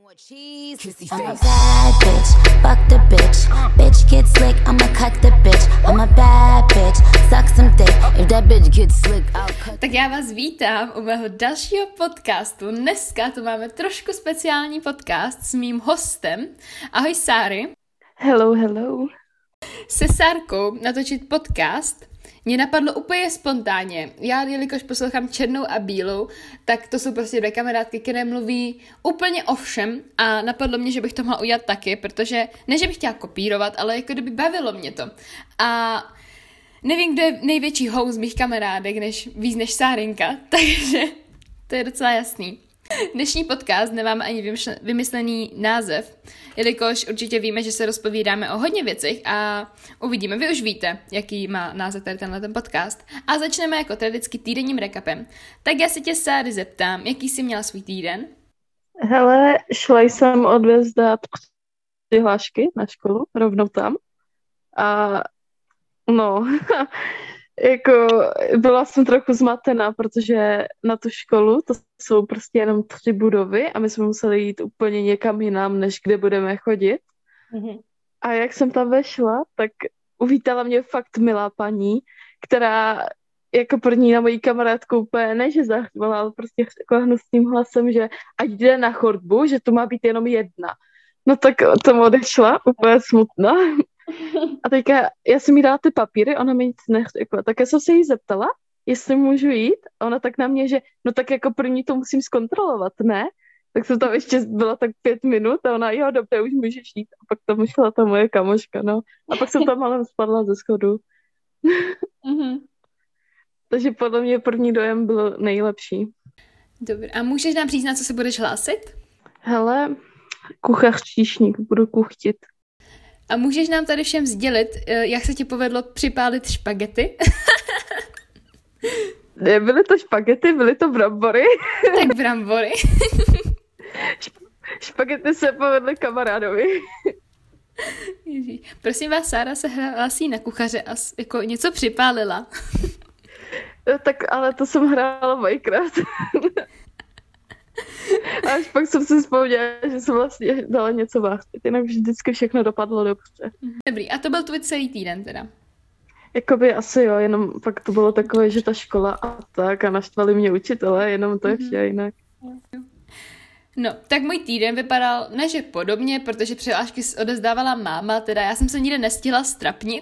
want cheese, kissy I'm a face. bad bitch, fuck the bitch. Bitch get slick, I'ma cut the bitch. I'm a bad bitch, suck some dick. If that bitch gets slick, I'll cut. Tak já vás vítám u mého dalšího podcastu. Dneska tu máme trošku speciální podcast s mým hostem. Ahoj Sáry. Hello, hello. Se Sárkou natočit podcast mě napadlo úplně spontánně. Já, jelikož poslouchám Černou a Bílou, tak to jsou prostě dvě kamarádky, které mluví úplně o všem a napadlo mě, že bych to mohla udělat taky, protože ne, že bych chtěla kopírovat, ale jako kdyby bavilo mě to. A nevím, kdo je největší host mých kamarádek, víc než Sárinka, takže to je docela jasný. Dnešní podcast nemáme ani vymyslený název, jelikož určitě víme, že se rozpovídáme o hodně věcech a uvidíme, vy už víte, jaký má název tady ten podcast. A začneme jako tradicky týdenním recapem. Tak já se tě, Sáry, zeptám, jaký jsi měla svůj týden? Hele, šla jsem odvezdat přihlášky na školu, rovnou tam. A no, jako byla jsem trochu zmatená, protože na tu školu to jsou prostě jenom 3 budovy a my jsme museli jít úplně někam jinam, než kde budeme chodit. Mhm. A jak jsem tam vešla, tak uvítala mě fakt milá paní, která jako první na mojí kamarádku úplně ne, že zahřvala, ale prostě řekla hnusným hlasem, že ať jde na chodbu, že tu má být jenom jedna. No tak tomu odešla, úplně smutná. A teďka já jsem jí dala ty papíry, ona mi nic neřekla. Tak já jsem se jí zeptala, jestli můžu jít. A ona tak na mě, že no tak jako první to musím zkontrolovat, ne? Tak jsem tam ještě byla tak 5 minut a ona, jo, dobře, už můžeš jít. A pak tam šla ta moje kamoška, no. A pak jsem tam ale spadla ze schodu. Mhm. Takže podle mě první dojem byl nejlepší. Dobře, a můžeš nám říct, na co se budeš hlásit? Hele, kuchař číšník, budu kuchtit. A můžeš nám tady všem sdělit, jak se ti povedlo připálit špagety? Nebyly to špagety, byly to brambory. Tak brambory. Špagety se povedly kamarádovi. Ježíš. Prosím vás, Sára se hlásí na kuchaře a jako něco připálila. Tak ale to jsem hrála Minecraft. A až pak jsem si vzpomněla, že jsem vlastně dala něco vážit. Jinak vždycky všechno dopadlo dobře. Dobrý, a to byl tvůj celý týden teda. Jakoby asi jo, jenom pak to bylo takové, že ta škola a tak a naštvali mě učitelé, jenom to je vše jinak. No, tak můj týden vypadal ne, že podobně, protože přihlášky odezdávala máma, teda já jsem se nikde nestihla strapnit,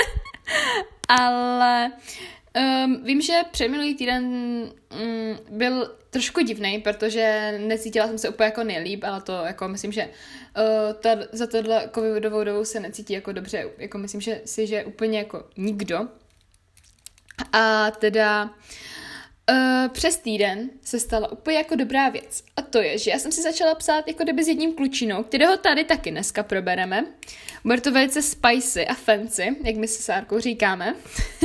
ale vím, že předminulý týden byl trošku divnej, protože necítila jsem se úplně jako nejlíp, ale to jako myslím, že za tohle covidovou dobu se necítí jako dobře, jako myslím, že úplně jako nikdo. A teda přes týden se stala úplně jako dobrá věc. A to je, že já jsem si začala psát jako kdyby s jedním klučinou, kterého tady taky dneska probereme. Bude to velice spicy a fancy, jak my se Sárkou říkáme.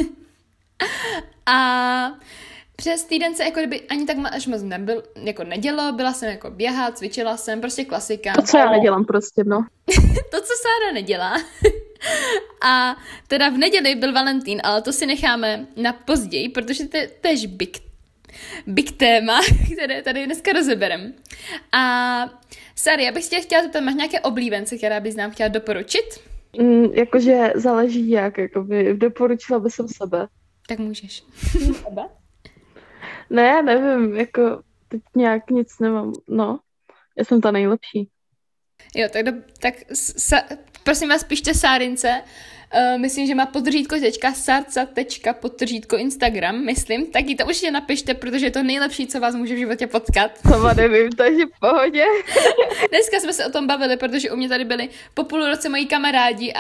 A přes týden se jako kdyby ani tak až moc nedělo, byla jsem jako běhat, cvičila jsem, prostě klasika. To, co já nedělám prostě, no. To, co Sára nedělá. A teda v neděli byl Valentín, ale to si necháme na později, protože to je tež big téma, které tady dneska rozeberem. A Sáry, já bych tě chtěla zeptat, máš nějaké oblíbence, která bys nám chtěla doporučit? Jakože záleží jak, jakoby doporučila bych jsem sebe. Tak můžeš. Sebe? Ne, nevím, jako teď nějak nic nemám, no. Já jsem ta nejlepší. Jo, tak prosím vás, pište Sárince, myslím, že má podřídko sarca.podřídko Instagram, myslím, tak jí to určitě napište, protože je to nejlepší, co vás může v životě potkat. Sama nevím, takže v pohodě. Dneska jsme se o tom bavili, protože u mě tady byli po půl roce moji kamarádi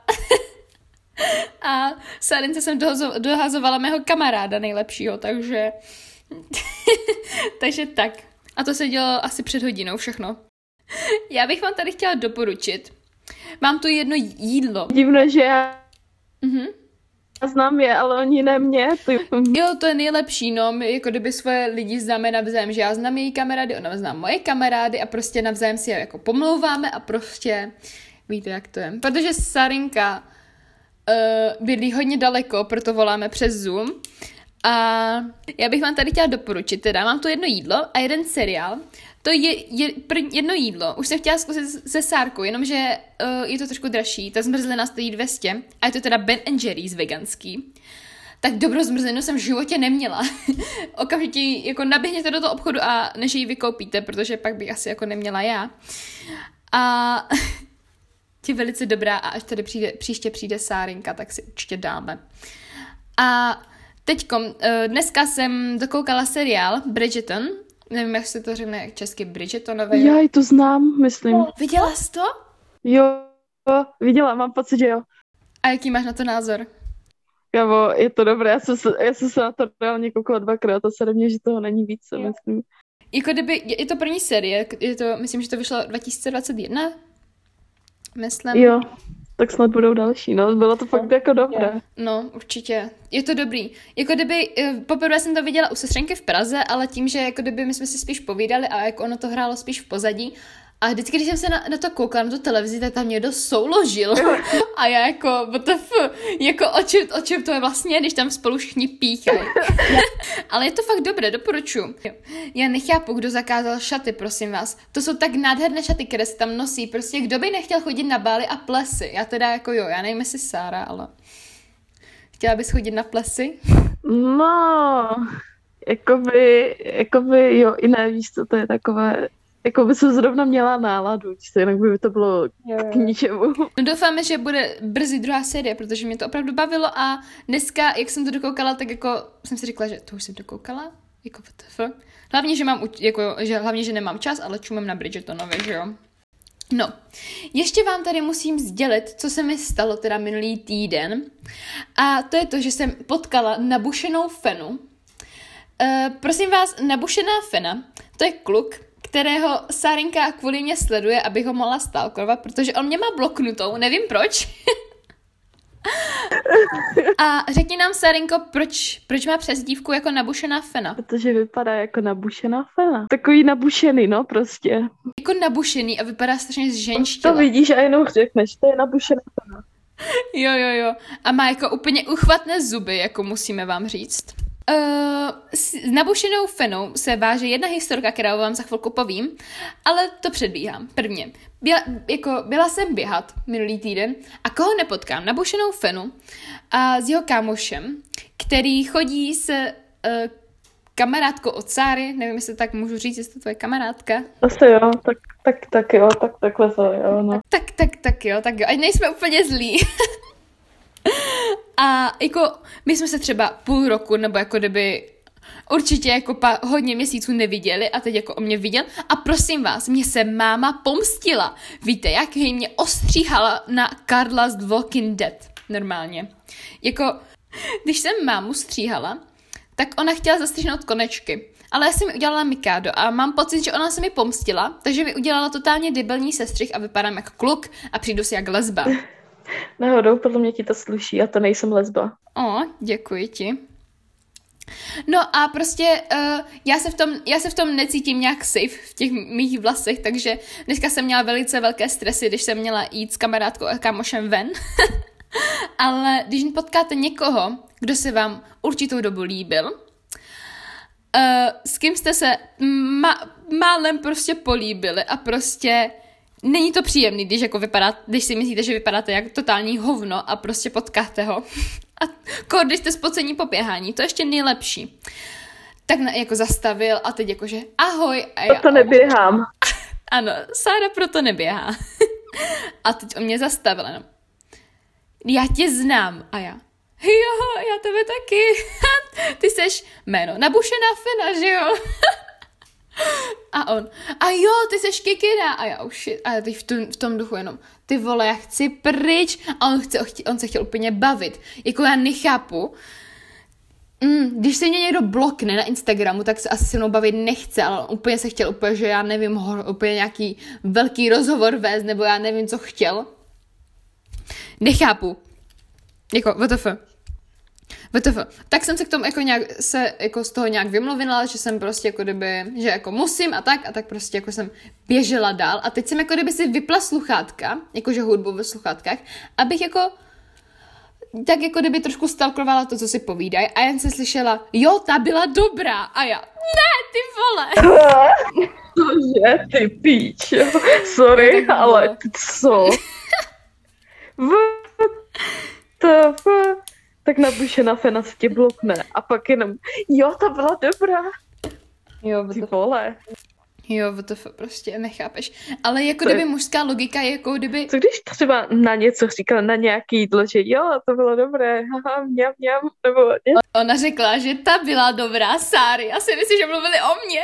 a Sárince jsem dohazovala mého kamaráda nejlepšího, takže takže tak. A to se dělo asi před hodinou všechno. Já bych vám tady chtěla doporučit. Mám tu jedno jídlo. Divné, že já znám je, ale oni ne mě. Jo, to je nejlepší, no. My jako kdyby svoje lidi známe navzájem, že já znám její kamarády, ona zná moje kamarády a prostě navzájem si je jako pomlouváme a prostě víte, jak to je. Protože Sárinka bydlí hodně daleko, proto voláme přes Zoom. A já bych vám tady chtěla doporučit, teda mám tu jedno jídlo a jeden seriál. To je jedno jídlo. Už jsem chtěla zkusit se Sárkou, jenomže je to trošku dražší. Ta zmrzlina stojí 200 a je to teda Ben & Jerry's veganský. Tak dobrou zmrzlinu jsem v životě neměla. Okamžitě jako naběhněte do toho obchodu a než ji vykoupíte, protože pak bych asi jako neměla já. A je velice dobrá a až tady příště přijde Sárinka, tak si určitě dáme. A teďkom, dneska jsem dokoukala seriál Bridgerton. Nevím, jak se to řekne česky, Bridgertonové. Já ji to znám, myslím. Viděla jsi to? Jo, viděla, mám pocit, že jo. A jaký máš na to názor? Kámo, je to dobré, já jsem se na to reálně koukala 2krát a se mě, že toho není víc, myslím. Jako kdyby, je to první série, myslím, že to vyšlo 2021, myslím. Jo, tak snad budou další, no, bylo to fakt jako dobré. No, určitě, je to dobrý. Jako kdyby, poprvé jsem to viděla u sestřenky v Praze, ale tím, že jako kdyby my jsme si spíš povídali a jako ono to hrálo spíš v pozadí, a vždycky, když jsem se na to koukala, na tu televizi, tak tam někdo souložil. A já jako, WTF, jako o čem to je vlastně, když tam spolu všichni píchají. Ale je to fakt dobré, doporučuji. Já nechápu, kdo zakázal šaty, prosím vás. To jsou tak nádherné šaty, které se tam nosí. Prostě kdo by nechtěl chodit na bály a plesy? Já teda jako jo, já nevím, jestli Sára, ale... Chtěla bys chodit na plesy? No, jakoby jo, i ne, víš co, to je takové... Jako by jsem zrovna měla náladu, jinak by to bylo k ničemu. No doufáme, že bude brzy druhá série, protože mě to opravdu bavilo a dneska, jak jsem to dokoukala, tak jako jsem si řekla, že to už jsem dokoukala, jako WTF. Hlavně, že nemám čas, ale čumím na Bridgertonově, že jo. No, ještě vám tady musím sdělit, co se mi stalo teda minulý týden. A to je to, že jsem potkala nabušenou Fenu. Prosím vás, nabušená Fena, to je kluk, kterého Sárinka kvůli mě sleduje, abych ho mohla stalkovat, protože on mě má bloknutou, nevím proč. A řekni nám, Sárinko, proč má přezdívku jako nabušená Fena? Protože vypadá jako nabušená Fena. Takový nabušený, no prostě. Jako nabušený a vypadá strašně zženštila. To vidíš a jenom řekneš, to je nabušená Fena. Jo. A má jako úplně uchvatné zuby, jako musíme vám říct. S nabušenou Fenou se váže jedna historka, kterou vám za chvilku povím, ale to předbíhám. Prvně, byla jsem běhat minulý týden a koho nepotkám? Nabušenou Fenu a s jeho kámošem, který chodí s kamarádkou od Sáry, nevím, jestli tak můžu říct, jestli to tvoje kamarádka. Asi jo, tak jo, takhle to jo, no. Tak jo, ať nejsme úplně zlí. A jako my jsme se třeba půl roku, nebo jako kdyby určitě jako hodně měsíců neviděli a teď jako o mě viděl. A prosím vás, mě se máma pomstila. Víte, jak mě ostříhala na Carla z The Walking Dead. Normálně. Jako, když jsem mámu stříhala, tak ona chtěla zastříhnout konečky. Ale já jsem mi udělala Mikado a mám pocit, že ona se mi pomstila, takže mi udělala totálně debilní sestřih a vypadám jako kluk a přijdu si jak lesba. Náhodou, podle mě ti to sluší a to nejsem lesba. Děkuji ti. No a prostě já se v tom necítím nějak safe v těch mých vlasech, takže dneska jsem měla velice velké stresy, když jsem měla jít s kamarádkou a kámošem ven. Ale když potkáte někoho, kdo se vám určitou dobu líbil, s kým jste se málem prostě políbili a prostě není to příjemný, když si myslíte, že vypadáte jak totální hovno a prostě potkáte ho. A když jste spocení po běhání, to je ještě nejlepší. Tak jako zastavil a teď jakože ahoj. A já, proto neběhám. Ano, Sára proto neběhá. A teď on mě zastavil, no. Já tě znám. A já, jo, já tebe taky. Ty seš jméno nabušená Fena, že jo? A on, a jo, ty seš Kikina. A já, shit. A já teď v tom duchu jenom, ty vole, já chci pryč. A on se chtěl úplně bavit. Jako já nechápu. Když se mě někdo blokne na Instagramu, tak se asi se mnou bavit nechce, ale úplně se chtěl úplně, že já nevím, úplně nějaký velký rozhovor vést, nebo já nevím, co chtěl. Nechápu. Jako, WTF. Tak jsem se k tomu jako z toho nějak vymluvila, že jsem prostě jako kdyby, že jako musím a tak prostě jako jsem běžela dál a teď jsem jako kdyby si vypla sluchátka, jakože hudbu ve sluchátkách, abych jako tak jako kdyby trošku stalkovala to, co si povídají a jen se slyšela, jo, ta byla dobrá a já, ne, ty vole. Cože, ty píč, jo. Sorry, ale co? Tak nabušená Fena se tě blokne a pak jenom, jo, ta byla dobrá. Jo, Ty vole. Jo, to prostě nechápeš. Ale jako kdyby mužská logika je jako kdyby... Co když třeba na něco říkala, na nějaký jídlo, že jo, to bylo dobré, haha, mňam, nebo... Ona řekla, že ta byla dobrá, Sáry. Já si myslím, že mluvili o mně.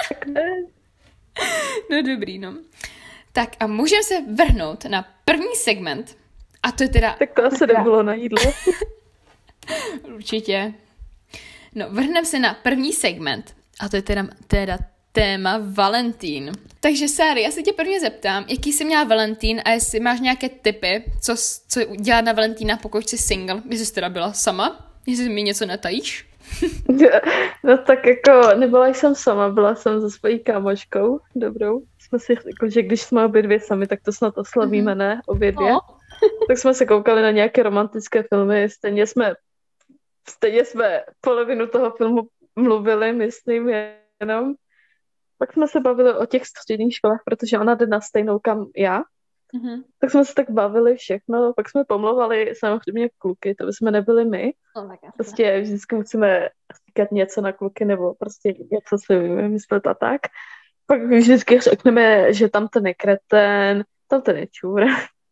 No dobrý, no. Tak a můžeme se vrhnout na první segment. A to je teda... Tak to asi nebylo na jídlo. Určitě. No, vrhneme se na první segment. A to je teda téma Valentín. Takže Sáry, já se tě prvně zeptám, jaký jsi měla Valentín a jestli máš nějaké tipy, co dělat na Valentína, pokud jsi single. Jestli jsi teda byla sama? Jestli mi něco netajíš? No tak jako nebyla jsem sama, byla jsem se svojí kámoškou, dobrou. Jsme si jako, že když jsme obě dvě sami, tak to snad oslavíme, ne? Obě dvě. Tak jsme se koukali na nějaké romantické filmy, stejně jsme polovinu toho filmu mluvili, myslím, jenom. Pak jsme se bavili o těch středních školách, protože ona jde na stejnou kam já. Mm-hmm. Tak jsme se tak bavili všechno, pak jsme pomlouvali samozřejmě kluky, to by jsme nebyli my. Prostě vždycky musíme říkat něco na kluky, nebo prostě něco si vymyslet a tak. Pak vždycky řekneme, že tam ten je kreten, tam ten je čůra.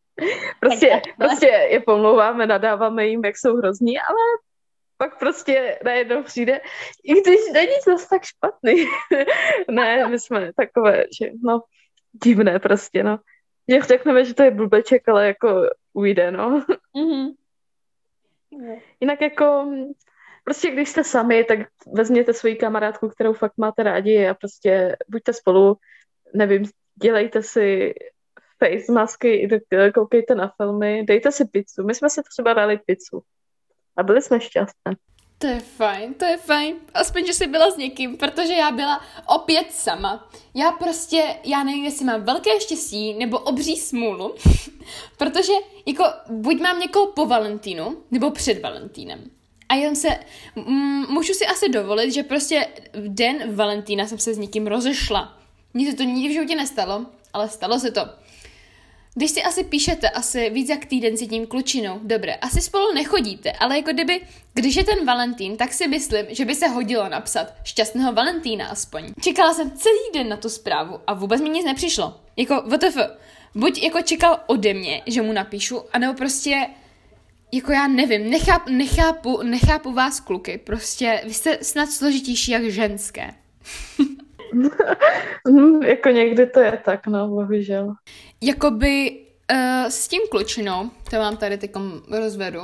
Prostě je pomlouváme, nadáváme jim, jak jsou hrozní, ale pak prostě najednou přijde, i když není zase tak špatný. Ne, my jsme takové, že no, divné prostě, no. Že řekneme, že to je blbeček, ale jako ujde, no. Mm-hmm. Jinak jako, prostě když jste sami, tak vezměte svoji kamarádku, kterou fakt máte rádi a prostě buďte spolu, nevím, dělejte si face masky, koukejte na filmy, dejte si pizzu. My jsme si třeba dali pizzu. A byli jsme šťastné. To je fajn. Aspoň, že jsi byla s někým, protože já byla opět sama. Já nevím, jestli mám velké štěstí nebo obří smůlu, protože jako buď mám někoho po Valentínu, nebo před Valentínem. A jenom můžu si asi dovolit, že prostě v den Valentína jsem se s někým rozešla. Mně se to nikdy v životě nestalo, ale stalo se to. Když si asi píšete asi víc jak týden s jedním klučinou, dobré, asi spolu nechodíte, ale jako když je ten Valentín, tak si myslím, že by se hodilo napsat šťastného Valentína aspoň. Čekala jsem celý den na tu zprávu a vůbec mi nic nepřišlo. Jako WTF. Buď jako čekal ode mě, že mu napíšu, anebo prostě jako já nevím, nechápu vás kluky, prostě vy jste snad složitější jak ženské. Jako někdy to je tak, no, bohužel. Jakoby s tím klučinou, to mám tady teďkom rozvedu,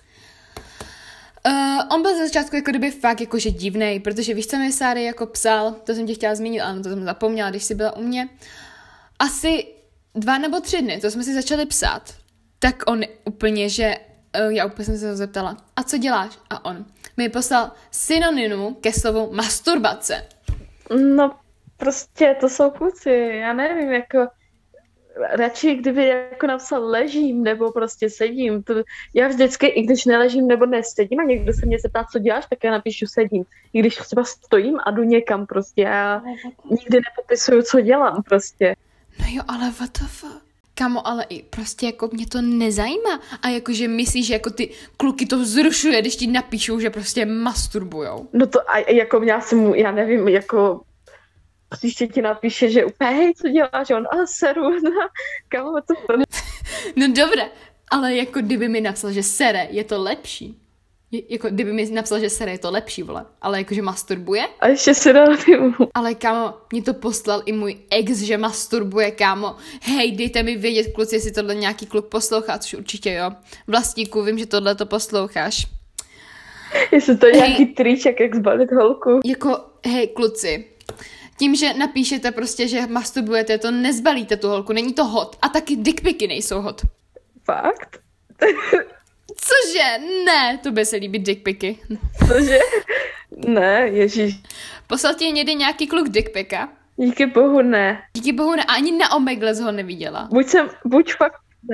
on byl ze začátku jako kdyby fakt jakože divnej, protože víš, co mi Sáry jako psal, to jsem tě chtěla zmínit, ale to jsem zapomněla, když jsi byla u mě. Asi 2 nebo 3 dny, to jsme si začali psát, tak on úplně, že já úplně jsem se ho zeptala, a co děláš? A on mi poslal synonymu ke slovu masturbace. No, prostě to jsou kluci, já nevím, jako radši, kdyby jako napsal ležím, nebo prostě sedím, já vždycky, i když neležím nebo nesedím a někdo se mě zeptá, co děláš, tak já napíšu sedím. I když třeba stojím a jdu někam prostě, já nikdy nepopisuju, co dělám prostě. No jo, ale WTF? Kamo, ale i prostě jako mě to nezajímá a jakože myslíš, že jako ty kluky to vzrušuje, když ti napíšou, že prostě masturbujou. No to a jako já nevím, jako příště ti napíše, že úplně, hej, co děláš, on, seru, kamo, to. No dobré, ale jako kdyby mi napsal, že sere, je to lepší. Jako kdyby mi napsal, že sere, je to lepší, vole. Ale jakože masturbuje. A ještě se dá týmu. Ale kámo, mě to poslal i můj ex, že masturbuje, kámo. Hej, dejte mi vědět, kluci, jestli tohle nějaký kluk poslouchá, což určitě jo. Vlastníku, vím, že tohle to posloucháš. Jestli to je nějaký triček, jak zbalit holku. Jako, hej, kluci. Tím, že napíšete prostě, že masturbujete, to nezbalíte tu holku, není to hot. A taky dickpiky nejsou hot. Fakt? Cože? Ne, to by se líbit dickpiky. Cože? Ne, ježíš. Poslal ti někdy nějaký kluk dickpika? Díky bohu ne. Díky bohu ne, a ani na Omegle ho neviděla. Buď fakt ne,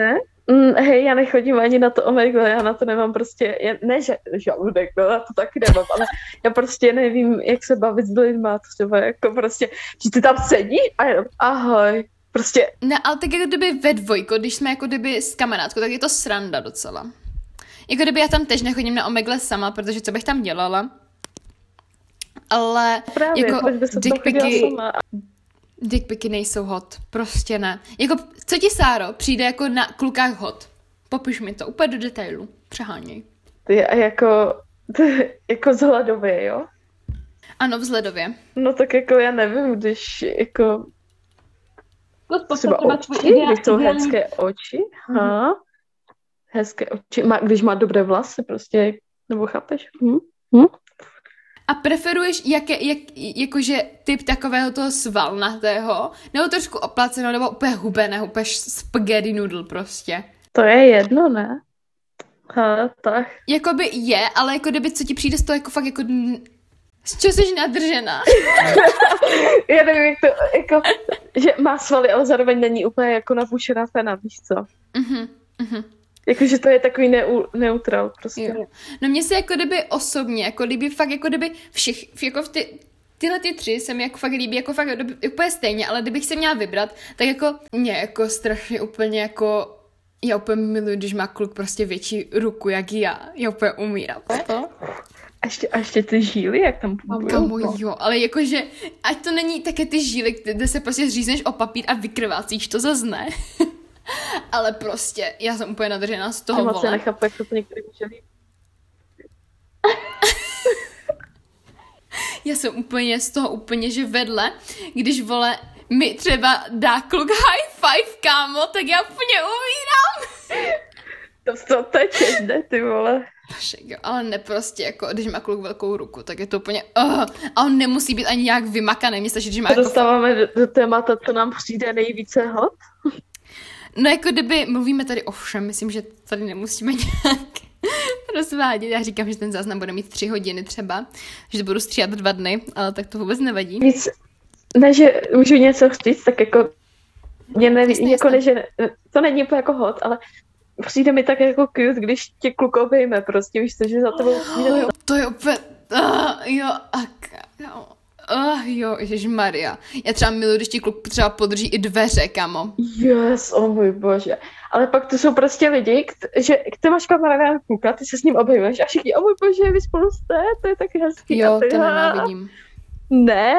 Hej, já nechodím ani na to Omegle, já na to nemám prostě, ne, že žaludek, no, já to taky nemám, ale já prostě nevím, jak se bavit s lidma, třeba jako prostě, že ty tam sedí a jenom ahoj, prostě. Ne, ale tak jako kdyby ve dvojku, když jsme jako kdyby s kamarádkou, tak je to sranda docela. Jako kdyby já tam tež nechodím na Omegle sama, protože co bych tam dělala, ale právě, jako dick picky nejsou hot, prostě ne. Jako, co ti, Sáro, přijde jako na klukách hot? Popiš mi to úplně do detailu, přeháněj. Ty jako vzhledově, jo? Ano, vzhledově. No tak jako já nevím, když jako třeba oči, když jsou hezké oči, hezké oči, když má dobré vlasy prostě, nebo chápeš? A preferuješ jakože typ takového toho svalnatého, nebo trošku oplaceného, nebo úplně hubeného, úplně spaghetti noodle prostě? To je jedno, ne? Tak. Jakoby je, ale jako kdyby, co ti přijde z toho jako fakt jako... Z čeho jsi nadržená? Já nevím, jak to, jako, že má svaly, ale zároveň není úplně jako napušená fena, víš co? Jakože to je takový neutral prostě. Jo. No mně se jako kdyby osobně, jako líbí fakt jako kdyby jako tyhle ty tři se mi jako fakt líbí, jako fakt úplně stejně, ale kdybych se měla vybrat, tak jako mě jako strašně úplně jako, já úplně miluji, když má kluk prostě větší ruku jak já úplně umírám. A ještě ty žíly, jak tam půjdou. Jo, ale jakože, ať to není také ty žíly, kde se prostě zřízneš o papír a vykrvácíš, to zase ne. Ale prostě, já jsem úplně nadržená z toho, vole. Já nechápu, jak to některý žíly. Já jsem úplně z toho úplně, že vedle, když, vole, mi třeba dá kluk high five, kámo, tak já úplně umírám. To tečeš, ne, ty vole. Jo, ale ne prostě, jako, když má kluk velkou ruku, tak je to úplně, a on nemusí být ani nějak vymakaný, mě stačí, že má jako... Dostáváme do témata, co nám přijde nejvíce hot. No jako kdyby, mluvíme tady o všem, myslím, že tady nemusíme nějak rozvádět. Já říkám, že ten záznam bude mít 3 hodiny třeba, že to budu stříhat 2 dny, ale tak to vůbec nevadí. Víc, ne, že můžu něco říct, tak jako, mě neví, jako ne, že to není úplně jako hot, ale přijde mi tak jako cute, když tě kluk obejme prostě, víš co, že za tebou přijde. To je úplně, jo, ježišmarja. Já třeba miluji, když ti kluk třeba podrží i dveře, kamo. Yes, můj bože. Ale pak to jsou prostě lidi, že ty máš kamaráda kluka, ty se s ním obejmeš a všichni, můj bože, vy spolu jste, to je tak hezký. Jo, to nenávidím. Ne.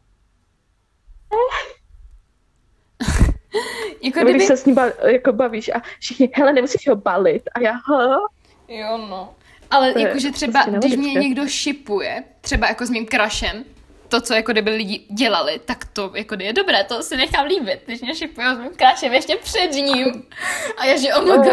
Jako kdyby... Když se s ním jako bavíš a všichni, hele, nemusíš ho balit a já, Jo, no. Ale jakože třeba, prostě když mě někdo šipuje, třeba jako s mým crushem, to, co jako kdyby lidi dělali, tak to jako je dobré, to si nechám líbit, když mě šipuje s mým crushem ještě před ním. A já, že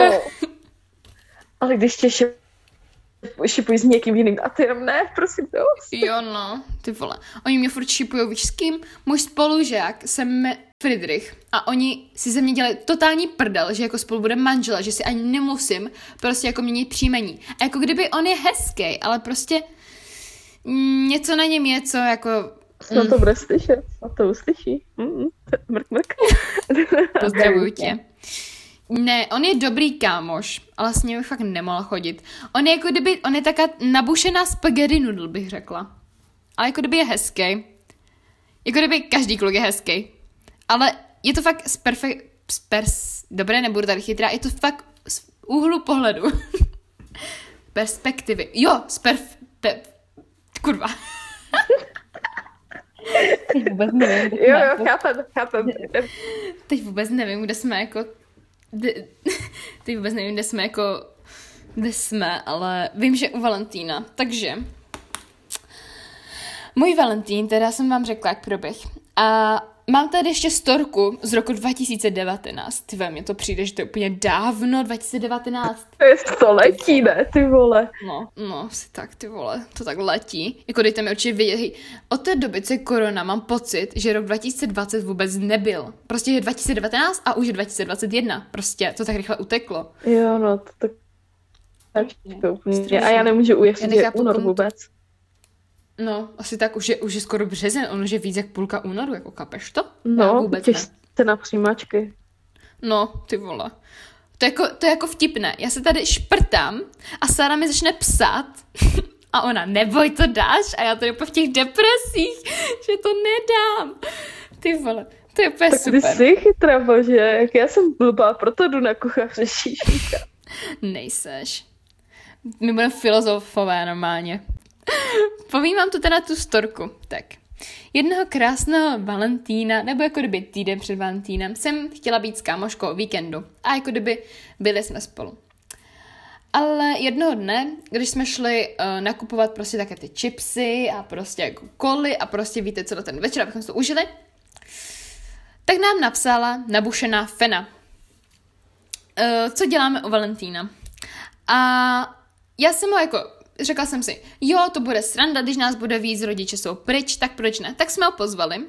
Ale když tě šipují s někým jiným a ty jenom ne, prosím, Jo, no, ty vole. Oni mě furt šipujou, víš s kým? Můj spolužák se jmenuje Friedrich a oni si ze mě dělají totální prdel, že jako spolu bude manžela, že si ani nemusím prostě jako měnit příjmení. A jako kdyby on je hezký, ale prostě něco na něm je, co jako... No to bude slyšet, a to uslyší. Mrk. Pozdravuju tě. Ne, on je dobrý kámoš, ale s ním bych fakt nemohla chodit. On je jako kdyby, on je taká nabušená spaghetti noodle, bych řekla. Ale jako kdyby je hezký. Jako kdyby každý kluk je hezký. Ale je to fakt dobré, nebudu tady chytrá, je to fakt z úhlu pohledu. Perspektivy. Jo, kurva. Teď vůbec nevím, jo, chápem. Teď vůbec nevím, kde jsme jako... Teď vůbec nevím, kde jsme, ale vím, že u Valentína. Takže můj Valentín, teda jsem vám řekla, jak proběh. A mám tady ještě storku z roku 2019. Ty mě to přijde, že to je úplně dávno, 2019. To je století, ne, ty vole. No, asi tak, ty vole, to tak letí. Jako dejte mi určitě vědět, od té doby, co je korona, mám pocit, že rok 2020 vůbec nebyl. Prostě je 2019 a už je 2021. Prostě to tak rychle uteklo. Jo, no, to tak... A já nemůžu uvěřit, že je únor vůbec. No, asi tak, už je skoro březen, on už je víc jak půlka únoru, jako kapeš to? No, těž se na přijímačky. No, ty vole. To je jako vtipné. Já se tady šprtám a Sára mi začne psát a ona, neboj, to dáš, a já to v těch depresích, že to nedám. Ty vole, to je úplně tak super. Tak ty jsi chytrá, bože, jak já jsem blbá, proto jdu na kuchaře šíšníka. Nejseš. My budeme filozofové normálně. Povím vám tu teda tu storku. Tak. Jednoho krásného Valentína, nebo jako kdyby týden před Valentínem, jsem chtěla být s kámoškou o víkendu. A jako kdyby byli jsme spolu. Ale jednoho dne, když jsme šli nakupovat prostě také ty chipsy a prostě jako koly a prostě víte co, na ten večer, abychom to užili, tak nám napsala nabušená Fena. Co děláme o Valentína? A já jsem ho jako, řekla jsem si, jo, to bude sranda, když nás bude víc, rodiče jsou pryč, tak proč ne? Tak jsme ho pozvali.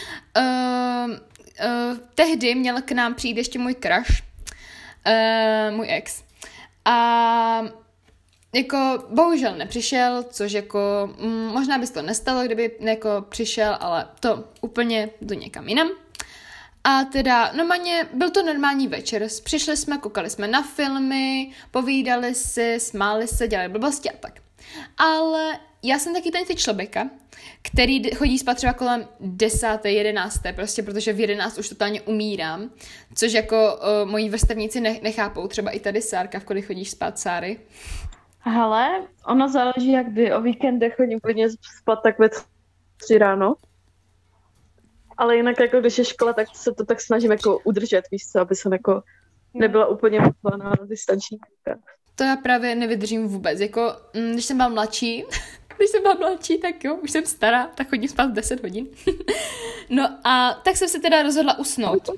Tehdy měl k nám přijít ještě můj crush, můj ex. A jako bohužel nepřišel, což jako možná by se to nestalo, kdyby jako přišel, ale to úplně jdu někam jinam. A teda normálně byl to normální večer, přišli jsme, koukali jsme na filmy, povídali si, smáli se, dělali blbosti a tak. Ale já jsem taky ten typ člověka, který chodí spát třeba kolem 10., 11., prostě protože v 11 už totálně umírám, což jako moji vrstevníci nechápou, třeba i tady Sárka, v kolik chodíš spát, Sáry? Hele, ono záleží jak kdy, o víkendech chodím klidně spát tak ve 3 ráno. Ale jinak jako když je škola, tak se to tak snažím jako udržet, víš co, aby jsem jako nebyla úplně na distanční. To já právě nevydržím vůbec, jako když jsem byla mladší, tak jo, už jsem stará, tak chodím spát 10 hodin. No a tak jsem se teda rozhodla usnout.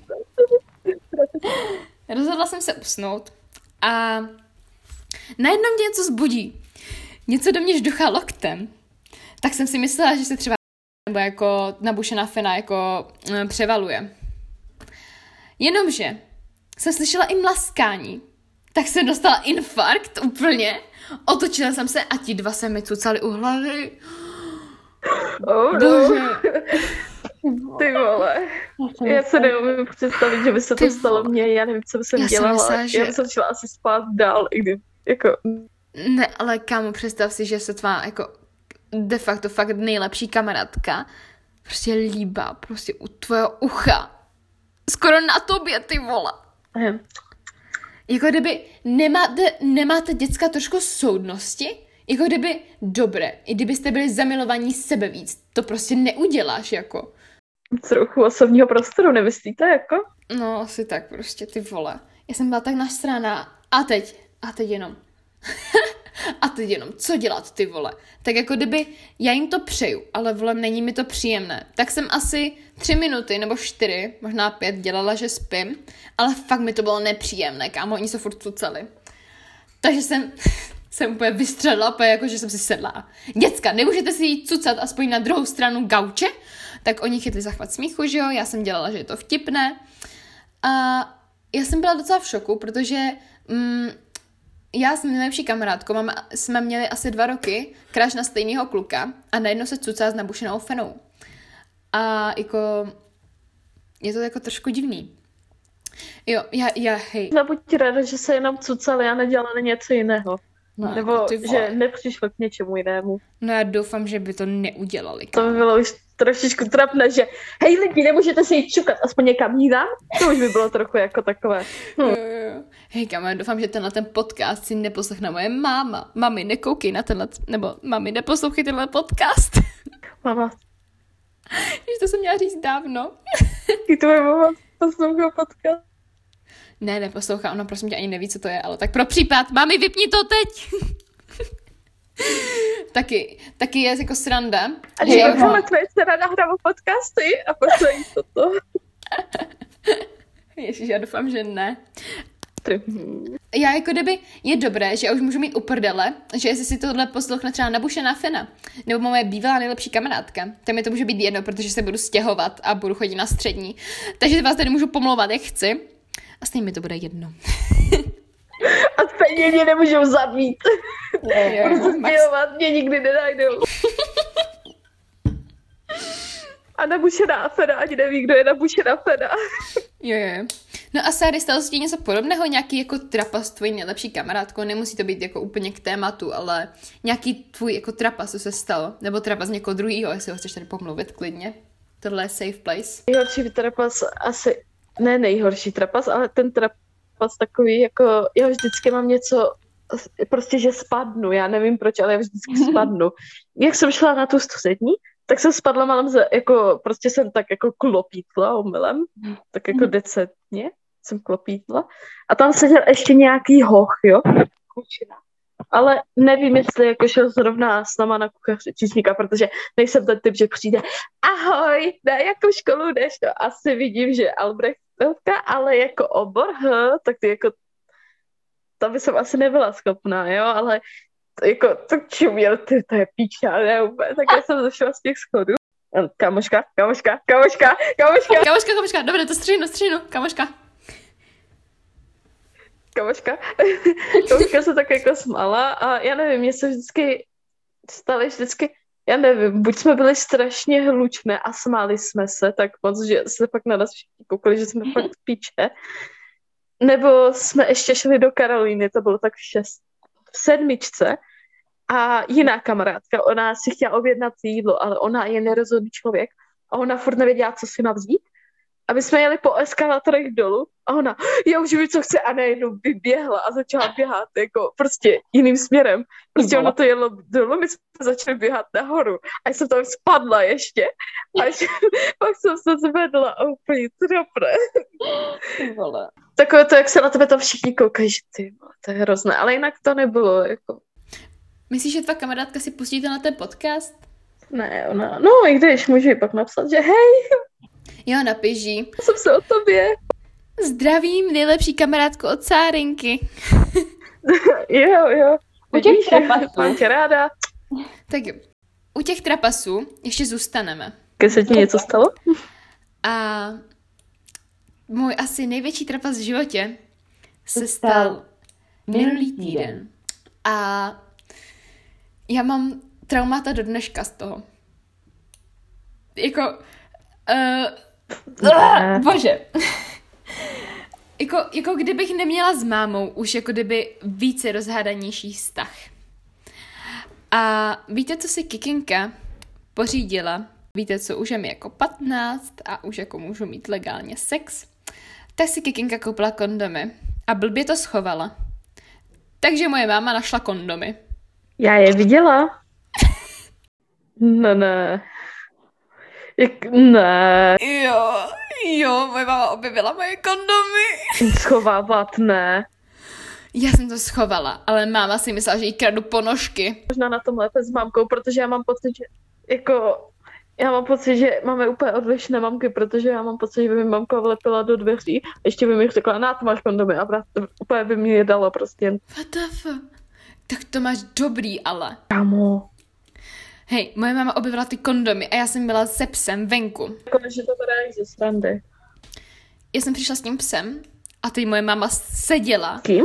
Rozhodla jsem se usnout a najednou mě něco zbudí. Něco do mě žduchá loktem. Tak jsem si myslela, že se třeba nebo jako nabušená Fena jako převaluje. Jenomže jsem slyšela i mlaskání. Tak jsem dostala infarkt úplně. Otočila jsem se a ti dva se mi cucali u hlavy. Oh, Bože. Ty vole. Já se neumím představit, že by se to stalo mně. Já nevím, co by jsem dělala. Já bych šla asi spát dál, i kdy, jako... Ne, ale kámo, představ si, že se tvá jako de facto fakt nejlepší kamarádka prostě líbá prostě u tvého ucha. Skoro na tobě, ty vole. Jako kdyby nemáte děcka trošku soudnosti? Jako kdyby, dobré, i kdybyste byli zamilovaní sebe víc, to prostě neuděláš, jako. Trochu osobního prostoru, nemyslíte, jako? No, asi tak prostě, ty vole. Já jsem byla tak nasraná. A teď jenom. A teď jenom, co dělat, ty vole? Tak jako kdyby, já jim to přeju, ale vole, není mi to příjemné. Tak jsem asi 3 minuty nebo 4, možná 5 dělala, že spím, ale fakt mi to bylo nepříjemné, kámo, oni se furt cucali. Takže jsem úplně vystřelila, úplně jako, že jsem si sedla. Děcka, nemůžete si jít cucat aspoň na druhou stranu gauče? Tak oni chytli zachvat smíchu, že jo, já jsem dělala, že je to vtipné. A já jsem byla docela v šoku, protože já s nejlepší kamarádkou jsme měli asi 2 roky crush na stejného kluka a najednou se cucá s nabušenou Fenou. A jako je to jako trošku divný. Jo, hej. Buď ráda, že se jenom cucali a nedělali něco jiného. No, nebo že nepřišlo k něčemu jinému. No já doufám, že by to neudělali. To by bylo už trošičku trapné, že hej lidi, nemůžete se jít čukat aspoň někam jinam? To už by bylo trochu jako takové. Jo. Hej kámo, doufám, že ten podcast si neposlechne moje máma. Mami, nekoukej na tenhle, nebo mami, neposlouchej tenhle podcast. Mama. Víš, to jsem měla říct dávno. I tvoje mama poslouchá podcast. Ne, neposlouchá, ona prosím tě ani neví, co to je, ale tak pro případ, mami, vypni to teď! taky je jako sranda. A že jako tvoje dcera nahrává podcasty a poslouchají toto. Ježiš, já doufám, že ne. Já jako kdyby je dobré, že já už můžu mít uprdele, že jestli si tohle poslouchne třeba nabušená Fena, nebo moje bývalá nejlepší kamarádka, tak mi to může být jedno, protože se budu stěhovat a budu chodit na střední. Takže vás tady můžu pomlouvat, jak chci. A stejně mi to bude jedno. A stejně mě nemůžou zabít. Budu stěhovat, mě nikdy nenajdou. A nabušená Fena, ani neví, kdo je nabušená Fena. Jo. No a Sáry, stalo se ti něco podobného? Nějaký jako trapas s tvojí nejlepší kamarádkou? Nemusí to být jako úplně k tématu, ale nějaký tvůj jako trapas, co se stalo? Nebo trapas někoho druhýho, jestli ho chceš tady pomluvit klidně. Tohle je safe place. Nejhorší trapas asi, ne nejhorší trapas, ale ten trapas takový, jako já vždycky mám něco, prostě, že spadnu, já nevím proč, ale já vždycky spadnu. Jak jsem šla na tu střední, tak jsem spadla malem, jako prostě jsem tak jako klopítla omylem, tak jako decentně jsem klopítla. A tam seděl ještě nějaký hoch, jo, kučina. Ale nevím, jestli jako šel zrovna s náma na kuchařčíšníka, protože nejsem ten typ, že přijde ahoj, na jakou školu jdeš? To asi vidím, že Albrechtovka, ale jako obor, tak ty jako, tam by jsem asi nebyla schopná, jo, ale jako to čuměl, to je píča, ne úplně, tak já jsem zašla z těch schodů. Kamoška, Dobré, to střihnu, kamoška. Kamoška se tak jako smála a já nevím, mě se vždycky staly já nevím, buď jsme byli strašně hlučné a smáli jsme se tak moc, že se pak na nás všichni koukali, že jsme fakt píče, nebo jsme ještě šli do Karolíny, to bylo tak v 7. a jiná kamarádka, ona si chtěla objednat jídlo, ale ona je nerozhodný člověk a ona furt nevěděla, co si má vzít. A my jsme jeli po eskalátorech dolů a ona, já už vím, co chce, a najednou vyběhla a začala běhat jako prostě jiným směrem. Prostě ono to jelo dolů, my jsme začali běhat nahoru a já jsem tam spadla ještě a pak jsem se zvedla a úplně trapné. Takové to, jak se na tebe tam všichni koukají, že ty, to je hrozné, ale jinak to nebylo jako. Myslíš, že tvá kamarádka si pustíte na ten podcast? Ne, ona, no i když můžu jí pak napsat, že hej. Jo, napiš jí. Jsem se o tobě. Zdravím, nejlepší kamarádku od Sárinky. Jo. U těch trapasů. Mám tě ráda. Tak jo. U těch trapasů ještě zůstaneme. Když se ti něco stalo? A můj asi největší trapas v životě se stal minulý týden. A já mám traumata do dneška z toho. Jako... bože. jako kdybych neměla s mámou už jako kdyby více rozhádanější vztah. A víte, co si Kikinka pořídila? Víte, co už je mi jako 15 a už jako můžu mít legálně sex? Tak si Kikinka koupila kondomy a blbě to schovala. Takže moje máma našla kondomy. Já je viděla. Ne. Ne. Jo, moje máma objevila moje kondomy. Schovávat ne. Já jsem to schovala, ale máma si myslela, že jí kradu ponožky. Možná na tom lépe s mámkou, protože já mám pocit, že máme úplně odlišné mamky, protože já mám pocit, že by mi mamka vlepila do dveří, ještě by mi řekla, na, to máš kondomy a úplně by mi je dala prostě. What the fuck? Tak to máš dobrý, ale. Kámo. Hej, moje máma objevila ty kondomy a já jsem byla se psem venku. Konečně to teda je ze srandy. Já jsem přišla s tím psem a teď moje máma seděla. Kým?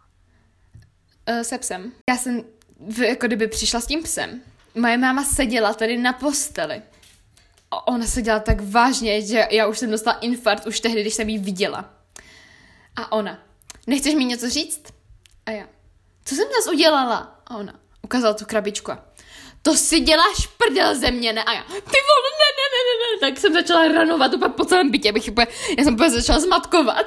Se psem. Já jsem jako kdyby přišla s tím psem. Moje máma seděla tady na posteli. A ona seděla tak vážně, že já už jsem dostala infarkt už tehdy, když jsem ji viděla. A ona, nechceš mi něco říct? A já, co jsem zase udělala? A ona ukázala tu krabičku. To si děláš prdel ze mě, ne? A já, ty vole, ne. Tak jsem začala ranovat úplně po celém bytě, já jsem úplně začala zmatkovat.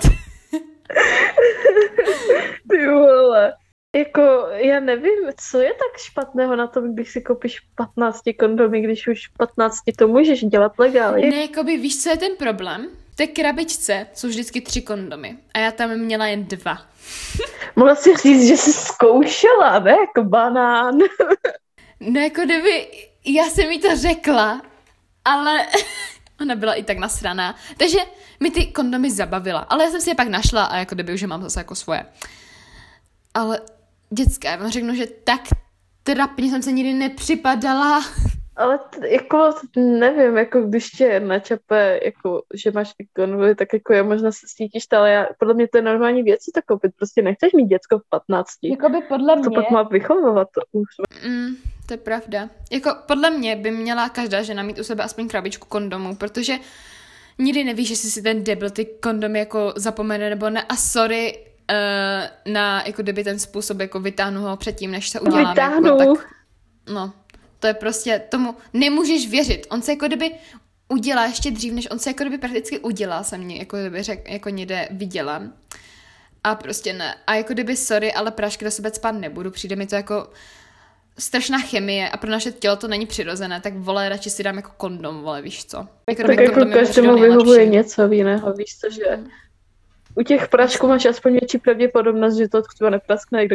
Ty vole. Jako, já nevím, co je tak špatného na tom, když si koupíš 15 kondomy, když už 15 to můžeš dělat legálně. Ne, jakoby víš, co je ten problém? V té krabičce jsou vždycky 3 kondomy a já tam měla jen 2. Mohla si říct, že jsi zkoušela, ne? Jako banán. No jako kdyby, já jsem jí to řekla, ale ona byla i tak nasraná. Takže mi ty kondomy zabavila, ale já jsem si je pak našla a jako kdyby už je mám zase jako svoje. Ale dětská, já vám řeknu, že tak trapně jsem se nikdy nepřipadala. Ale jako nevím, jako když tě načape, jako, že máš ty konvoly, tak jako je možná se cítíš, ale podle mě to je normální věc si to koupit, prostě nechceš mít děcko v 15. Jakoby podle mě... To pak má vychovovat to už. To je pravda. Jako podle mě by měla každá žena mít u sebe aspoň krabičku kondomů, protože nikdy nevíš, jestli si ten debil ty kondomy jako zapomene nebo ne a sorry na jako kdyby ten způsob jako vytáhnu ho předtím, než se udělám. Vytáhnu. Jako, tak, no, to je prostě, tomu nemůžeš věřit. On se jako kdyby udělá ještě dřív, než on se jako kdyby prakticky udělá, jsem mě jako kdyby jako někde viděla. A prostě ne. A jako kdyby sorry, ale prášky do sebe spát nebudu. Přijde mi to jako strašná chemie a pro naše tělo to není přirozené, tak vole, radši si dám jako kondom, vole, víš co. Tak jako každému vyhovuje něco jiného, víš co, že u těch prášků máš aspoň větší pravděpodobnost, že to třeba nepraskne,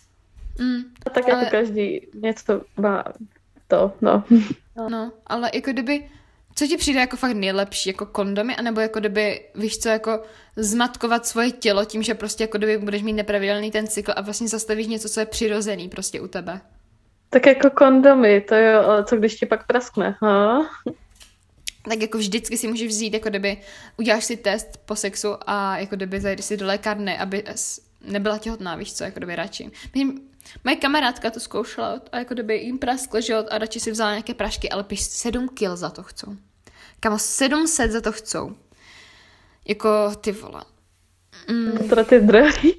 a tak jako každý něco má to, no. No, ale jako kdyby, co ti přijde jako fakt nejlepší, jako kondomy, anebo jako kdyby, víš co, jako zmatkovat svoje tělo tím, že prostě jako kdyby budeš mít nepravidelný ten cykl a vlastně zastavíš něco, co je přirozený prostě u tebe. Tak jako kondomy, to jo, ale co když ti pak praskne, ha? Tak jako vždycky si můžeš vzít, jako kdyby uděláš si test po sexu a jako kdyby zajdeš si do lékárny, aby nebyla těhotná, víš co, jako kdyby radši. Moje kamarádka to zkoušela a jako kdyby jim prasklo, že a radši si vzala nějaké prašky, ale píš 7 kil za to chcou. Kamo, 700 za to chcou. Jako, ty vole. Teda ty drahý.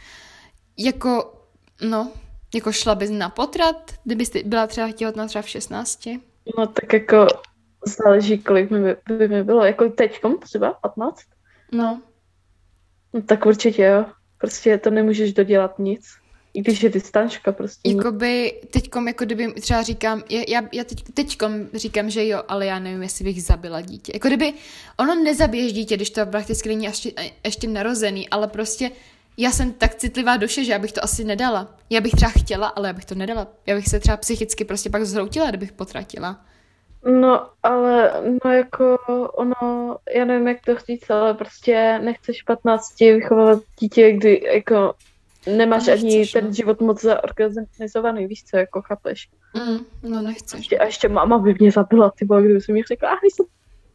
Jako, no, jako šla bys na potrat, kdybyste byla třeba těhotná třeba v 16? No tak jako záleží, kolik by mi bylo, jako teďkom třeba 15? No. No tak určitě jo, prostě to nemůžeš dodělat nic. I když je distančka prostě. Jakoby teďkom, jako kdyby třeba říkám, já teďkom říkám, že jo, ale já nevím, jestli bych zabila dítě. Jako kdyby, ono nezabiješ dítě, když to prakticky není ještě narozený, ale prostě já jsem tak citlivá duše, že já bych to asi nedala. Já bych třeba chtěla, ale já bych to nedala. Já bych se třeba psychicky prostě pak zhroutila, kdybych potratila. No, ale no jako ono, já nevím, jak to říct, ale prostě nechceš 15 vychovávat dítě, kdy jako nemáš ani ten život moc zaorganizovaný, víš co, jako chápeš. No nechceš. A ještě máma by mě zabila, ty vole, kdyby jsem mi řekla, nejsem.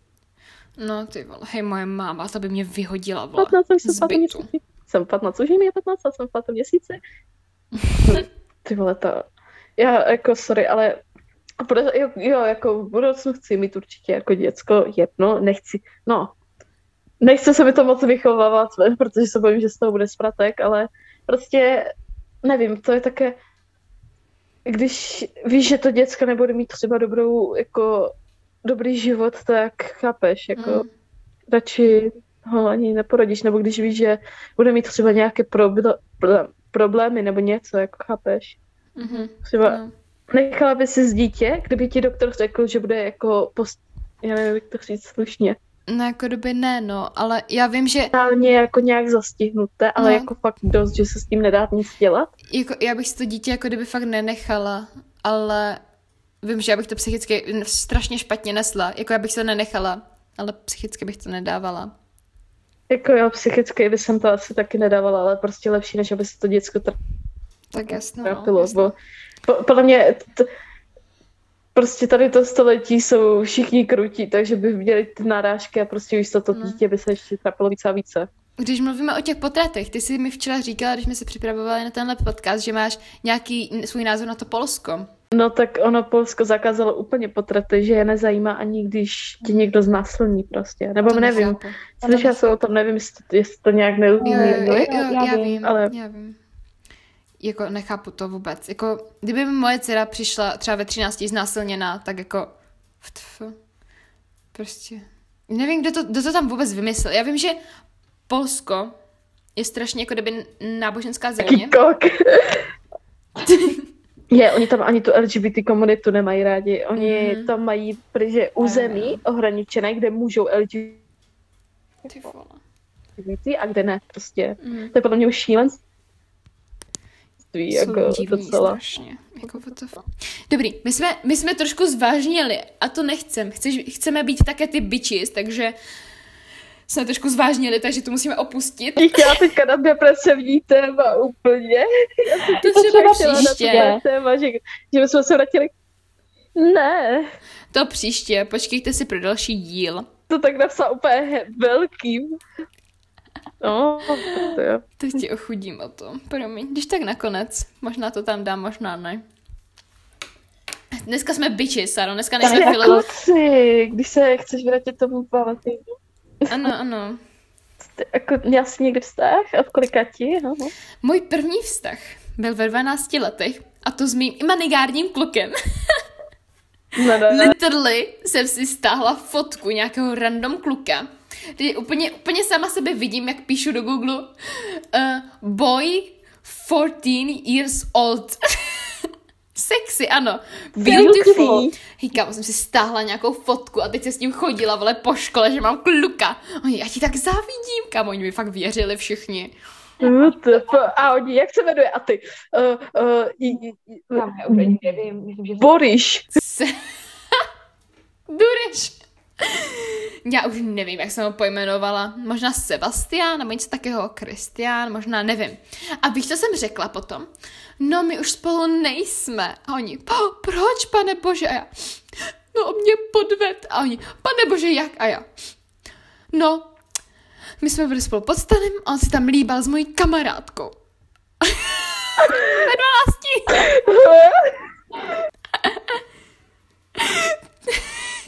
No ty vole, hej, moje máma, ta by mě vyhodila, vole, 15, z bytu. Jsem 15, už je 15 a jsem v 5. měsíci. Ty vole, to, já jako sorry, ale jo, jako v budoucnu chci mít určitě jako děcko jedno, nechci se mi to moc vychovávat, protože se bojím, že z toho bude spratek, ale prostě nevím, to je také, když víš, že to děcko nebude mít třeba dobrý život, tak chápeš, jako radši ho ani neporodíš, nebo když víš, že bude mít třeba nějaké problémy nebo něco, jako chápeš. Třeba nechala by si z dítě, kdyby ti doktor řekl, že bude jako já nevím, jak to říct slušně. No jako doby ne, no, ale já vím, že... Jako nějak zastihnuté, ale jako fakt dost, že se s tím nedá nic dělat. Jako, já bych si to dítě jako kdyby fakt nenechala, ale vím, že já bych to psychicky strašně špatně nesla. Jako já bych se nenechala, ale psychicky bych to nedávala. Jako já psychicky bych to asi taky nedávala, ale prostě lepší, než aby se to děcko tak jasno, trapilo. Podle mě prostě tady to století jsou všichni krutí, takže by měli ty narážky a prostě víš to dítě by se ještě trapilo více a více. Když mluvíme o těch potratech, ty jsi mi včera říkala, když jsme se připravovali na tenhle podcast, že máš nějaký svůj názor na to Polsko. No tak ono Polsko zakázalo úplně potraty, že je nezajímá ani když ti někdo znásilní prostě, nebo to nevím. Slyšela jsem o tom, nevím, jestli to nějak neumí. Já vím. Jako nechápu to vůbec. Jako, kdyby mi moje dcera přišla třeba ve 13 znásilněná, tak jako prostě nevím, kdo to tam vůbec vymyslel. Já vím, že Polsko je strašně jako kdyby náboženská země. Oni tam ani tu LGBT komunitu nemají rádi. Oni tam mají protože území ohraničené, kde můžou LGBT a kde ne, prostě. To je podle mě už šílenství. Jako docela. Strašně. Jako dobrý, my jsme trošku zvážnili a to chceme být také ty bitches, takže jsme trošku zvážnili, takže to musíme opustit. Já teďka na depresivní téma úplně. To třeba příště. Téma, že bychom se vrátili. Ne. To příště, počkejte si pro další díl. To tak napsal úplně velkým. No, to jo. Teď ti ochudím o to. Promiň, když tak nakonec. Možná to tam dám, možná ne. Dneska jsme bitches, Saro, dneska nejsme kluci, když se chceš vrátit tomu Valentínu. Ano. Jako, měla jsi někdy vztah? A v kolika ti? Můj první vztah byl ve 12 letech a to s mým imanigárním klukem. No. Literally jsem si stáhla fotku nějakého random kluka. Teď úplně sama sebe vidím, jak píšu do Google boy 14 years old. Sexy, ano. Beautiful. Kámo, jsem si stáhla nějakou fotku a teď se s ním chodila, vole, po škole, že mám kluka. Já ti tak závidím. Kámo, oni mi fakt věřili všichni. A oni, jak se jmenuje? A ty? Já úplně nevím. Myslím, že Boris. Dureš. Já už nevím, jak jsem ho pojmenovala. Možná Sebastian, nebo něco takého, Kristián, možná nevím. A víš, co jsem řekla potom? No, my už spolu nejsme. A oni, proč, pane bože? A já, no, on mě podved. A oni, pane bože, jak? A já, no, my jsme byli spolu pod stanem a on si tam líbal s mojí kamarádkou. Ve 12.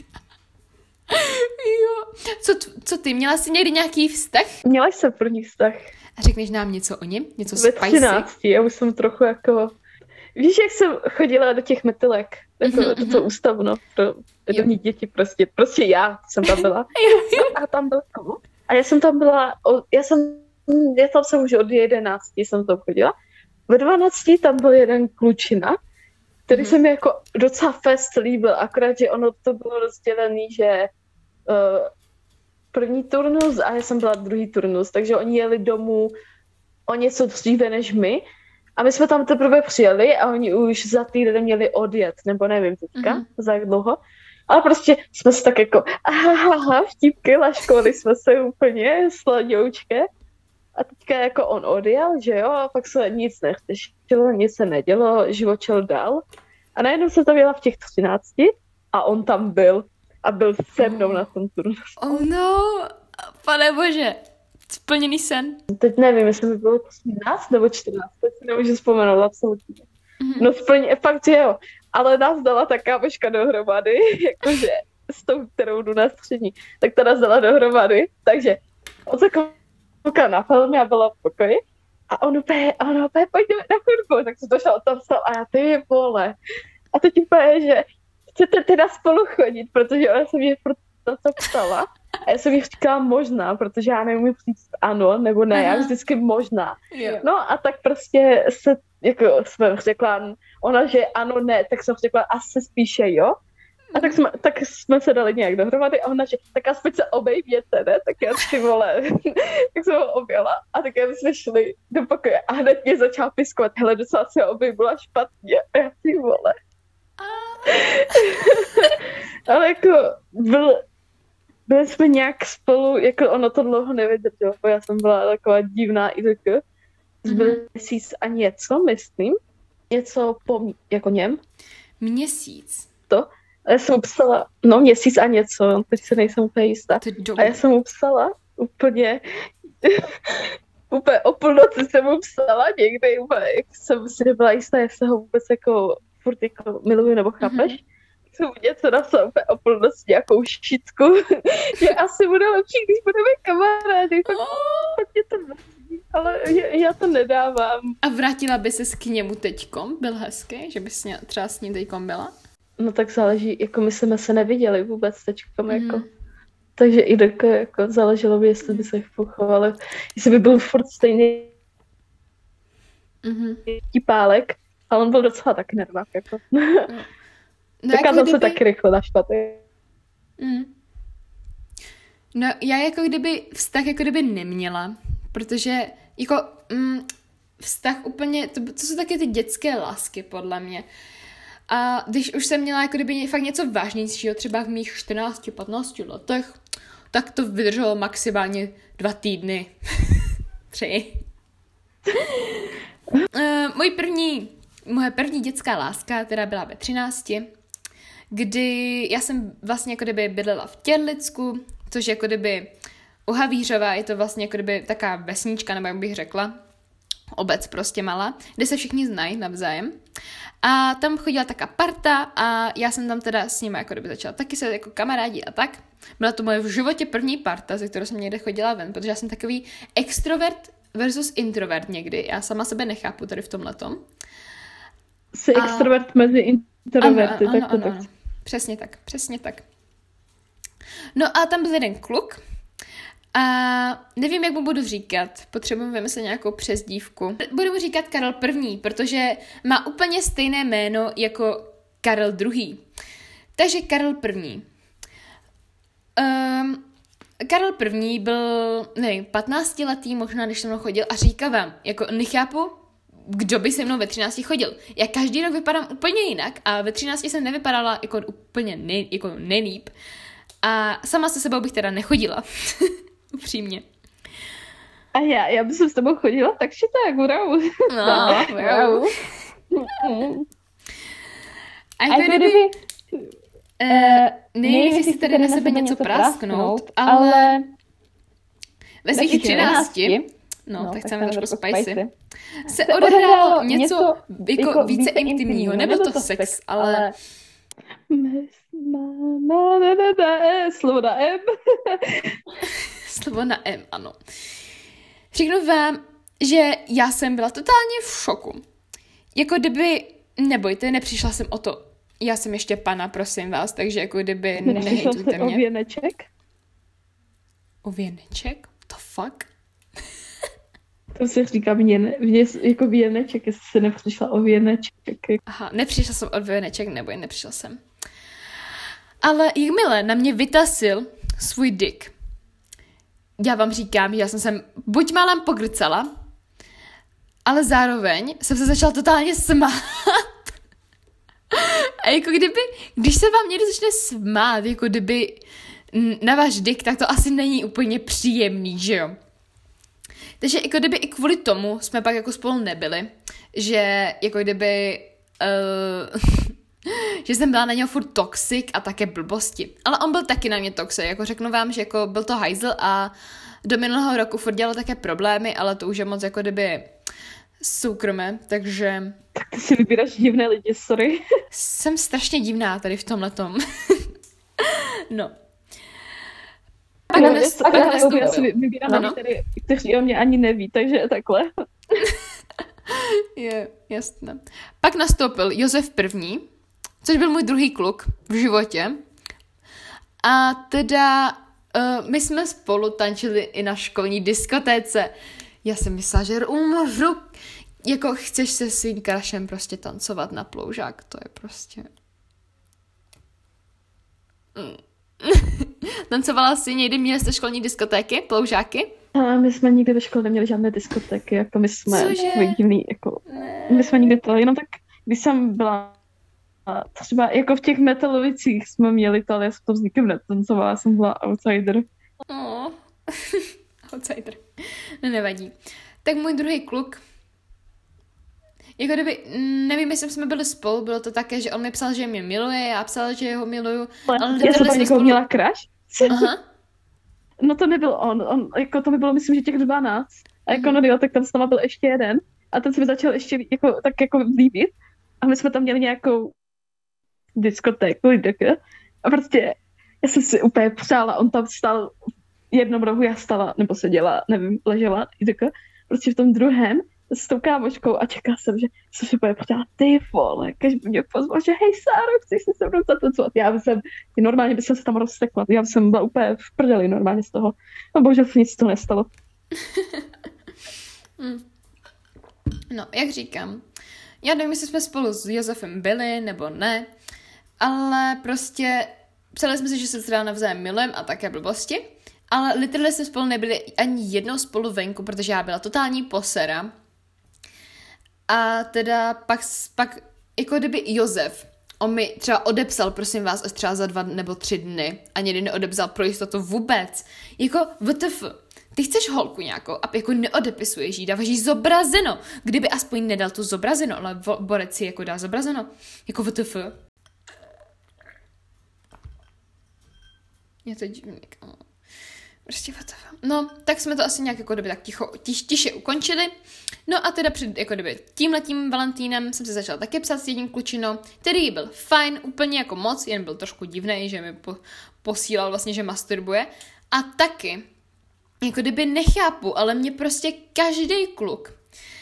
Jo. Co ty? Měla jsi někdy nějaký vztah? Měla jsem první vztah. A řekneš nám něco o něm? Něco Ve spicy? 13. Já už jsem trochu jako... Víš, jak jsem chodila do těch metylek? Jako do toho ústavno pro domní děti prostě. Prostě já jsem tam byla. A tam byl komu? A já jsem tam byla... Já tam jsem už od 11 jsem tam chodila. Ve 12 tam byl jeden klučina, který se mi jako docela fest líbil, akorát, že ono to bylo rozdělený, že první turnus a já jsem byla druhý turnus, takže oni jeli domů o něco dříve než my a my jsme tam teprve přijeli a oni už za týden měli odjet, nebo nevím teďka, za jak dlouho. Ale prostě jsme se tak jako vtípky, laškovali jsme se úplně sladoučké. A teďka jako on odjel, že jo, a pak se nic nechtělo, nic se nedělo, život šel dál. A najednou jsem tam jela v těch 13 a on tam byl. A byl se mnou na tom turnu. Oh no, pane bože, splněný sen. Teď nevím, jestli mi bylo 13 nebo 14, teď si nemůžu vzpomenout absolutně. No fakt, že jo. Ale nás dala ta kámoška dohromady, jakože s tou, kterou jdu na střední, tak ta nás dala dohromady, takže on se koukal na film, já byla v pokoji a on úplně, pojďme na chodbu, tak jsem došla tam stal a já, ty vole. A teď úplně, že chcete teda spolu chodit, protože ona se mě furt to ptala a já jsem jí říkala možná, protože já neumím říct ano nebo ne, já vždycky možná. Jo. No a tak prostě se, jako jsem řekla ona, že ano, ne, tak jsem řekla asi spíše jo. A tak jsme se dali nějak dohromady a ona, že tak aspoň se obejměte, ne? Tak já si vole, tak jsem ho objela a tak jsme šli do pokoje a hned mě začal piskovat, hele, docela se obejmula špatně a já si vole. Ale jako byli jsme nějak spolu, jako ono to dlouho nevydrželo, já jsem byla taková divná idylka. Byl měsíc a něco, myslím. Něco jako něm. Měsíc? To. A já jsem psala, měsíc a něco, teď se nejsem úplně jistá. A já jsem mu psala úplně o půlnoci jsem mu psala někdy, úplně, jak jsem si nebyla jistá, jestli se ho vůbec jako furt jako miluju nebo chápeš. Tak jsem mu něco napsala úplně o půlnoci nějakou šitku, že asi bude lepší, když budeme kamarádi, tak mě to mrzí, ale já to nedávám. A vrátila by ses k němu teďkom? Byl hezký, že bys třeba s ním teďkom byla? No tak záleží, jako my jsme se neviděli vůbec teďkom, jako. Takže i jako záleželo by, jestli by se pochovali, jestli by byl furt stejný tipálek, ale on byl docela taky nervák, jako. Dokázal se taky rychle naštvat. No já jako kdyby vztah jako kdyby neměla, protože jako vztah úplně, to jsou taky ty dětské lásky podle mě. A když už jsem měla jako kdyby fakt něco vážnějšího, třeba v mých 14-15 letech, tak to vydrželo maximálně 2 týdny. 3. Moje první dětská láska, která byla ve 13, kdy já jsem vlastně jako kdyby bydlela v Těrlicku, což jako kdyby u Havířova je to vlastně jako kdyby taká vesnička, nebo jak bych řekla. obec prostě malá, kde se všichni znají navzájem. A tam chodila taká parta a já jsem tam teda s nimi jako kdyby začala taky se jako kamarádi a tak. Byla to moje v životě první parta, ze kterou jsem někde chodila ven, protože já jsem takový extrovert versus introvert někdy. Já sama sebe nechápu tady v tomhletom. Jsi extrovert mezi introverty. Ano. Přesně tak. No a tam byl jeden kluk a nevím, jak mu budu říkat. Potřebuji vymyslet nějakou přezdívku. Budu mu říkat Karel I, protože má úplně stejné jméno jako Karel II. Takže Karel I. Karel I byl, nevím, 15letý možná, když se mnou chodil a říkal vám, jako nechápu, kdo by se mnou ve 13 chodil. Já každý rok vypadám úplně jinak a ve 13 jsem nevypadala jako úplně nejlíp. A sama se sebou bych teda nechodila. Upřímně. A já bych s tebou chodila, takže tak, wow. No, wow. A jako kdyby... nevím, jestli tady na sebe něco prasknout, ale ve svých 13, no, tak chceme trošku spicy, se odehrálo něco jako více intimního. Nebyl to sex, ale... Slovo na M. Slovo na M, ano. Řeknu vám, že já jsem byla totálně v šoku. Jako kdyby, nebojte, nepřišla jsem o to. Já jsem ještě pana, prosím vás, takže jako kdyby nehejtujte mě. O věneček? O věneček? To fuck? To se říká jako věneček, jestli se nepřišla o věneček. Aha, nepřišla jsem o věneček, nebo nepřišla jsem. Ale jakmile na mě vytasil svůj dick, já vám říkám, že já jsem se buď málem pogrcala, ale zároveň jsem se začala totálně smát. A jako kdyby, když se vám někdo začne smát, jako kdyby na váš dick, tak to asi není úplně příjemný, že jo? Takže jako kdyby i kvůli tomu jsme pak jako spolu nebyli, že jako kdyby... že jsem byla na něho furt toxic a také blbosti. Ale on byl taky na mě toxic, jako řeknu vám, že jako byl to hajzl a do minulého roku furt dělal také problémy, ale to už je moc jako kdyby soukromé, takže... Tak ty si vybíráš divné lidi, sorry. Jsem strašně divná tady v tomhletom. No. Já si vybírám lidi, kteří o mě ani neví, takže je takhle. Je, jasné. Pak nastoupil Josef I, což byl můj druhý kluk v životě. A teda my jsme spolu tančili i na školní diskotéce. Já jsem myslela, že umřu. Jako chceš se svým krašem prostě tancovat na ploužák, to je prostě... Tancovala jsi někdy, měli jste školní diskotéky, ploužáky? A my jsme nikdy ve škole neměli žádné diskotéky, jako my jsme divný, jako... Ne. My jsme nikdy to, jenom tak, když jsem byla třeba jako v těch metalovicích jsme měli to, ale já jsem to vznikem netancovala, já jsem byla outsider. Outsider. No nevadí. Tak můj druhý kluk, jako kdyby, nevím, jestli jsme byli spolu, bylo to také, že on mi psal, že mě miluje, já psala, že ho miluju. Ale já jsem někoho měla crush? Aha. No to nebyl on jako to mi bylo, myslím, že těch 12. A jako no, tak tam s náma byl ještě jeden. A ten se mi začal ještě jako, tak jako líbit. A my jsme tam měli nějakou diskotéku, a prostě já jsem si úplně přála, on tam stál v jednom rohu, já stala, nebo seděla, nevím, ležela, prostě v tom druhém s tou kámoškou a čekala jsem, že jsem si úplně přála, ty vole, když by mě pozval, že hej Sáro, chceš si se mnou zatancovat. Normálně bych se tam roztekla, já jsem byla úplně v prdeli normálně z toho. No bohužel se nic z toho nestalo. No, jak říkám, já nevím, jestli jsme spolu s Josefem byli, nebo ne, ale prostě psali jsme si, že se teda navzájem milujeme a také blbosti, ale literally jsme spolu nebyli ani jednou spolu venku, protože já byla totální posera. A teda pak jako kdyby Josef, on mi třeba odepsal, prosím vás, až třeba za 2 nebo 3 dny a někdy neodepsal pro jistotu vůbec. Jako WTF. Ty chceš holku nějakou a jako neodepisuješ jí, dáváš jí zobrazeno. Kdyby aspoň nedal tu zobrazeno, ale borec si jako dá zobrazeno. Jako WTF. Je to divný. Prostě no, tak jsme to asi nějak jako kdyby tak tiše ukončili. No a teda před jako kdyby tímhletím Valentínem jsem se začala taky psát s jedním klučinou, který byl fajn, úplně jako moc, jen byl trošku divný, že mi posílal vlastně, že masturbuje. A taky, jako kdyby nechápu, ale mě prostě každý kluk,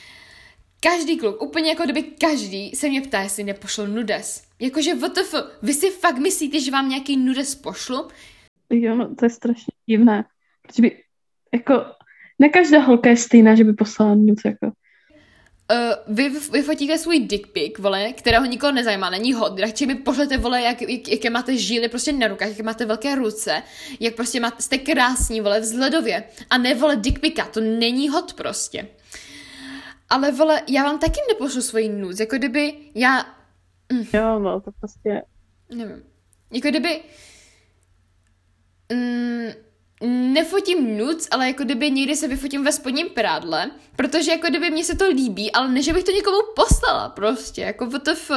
úplně jako kdyby každý se mě ptá, jestli nepošlo nudes. Jakože WTF, vy si fakt myslíte, že vám nějaký nudes pošlu? Jo, no to je strašně divné. Protože by, jako, ne každá holka je stejná, že by poslala nudes, jako. Vy fotíte svůj dick pic, vole, kterého nikoho nezajímá, není hot, radši mi pošlete, vole, jaké máte žíly prostě na rukách, jaké máte velké ruce, jak prostě jste krásní, vole, vzhledově. A ne, vole, dick pica, to není hot prostě. Ale, vole, já vám taky nepošlu svoji nudes, jako kdyby já... Jo, no, to prostě... Nevím. Jako kdyby... nefotím nudes, ale jako kdyby někdy se vyfotím ve spodním prádle, protože jako kdyby mně se to líbí, ale ne, že bych to někomu poslala prostě, jako WTF.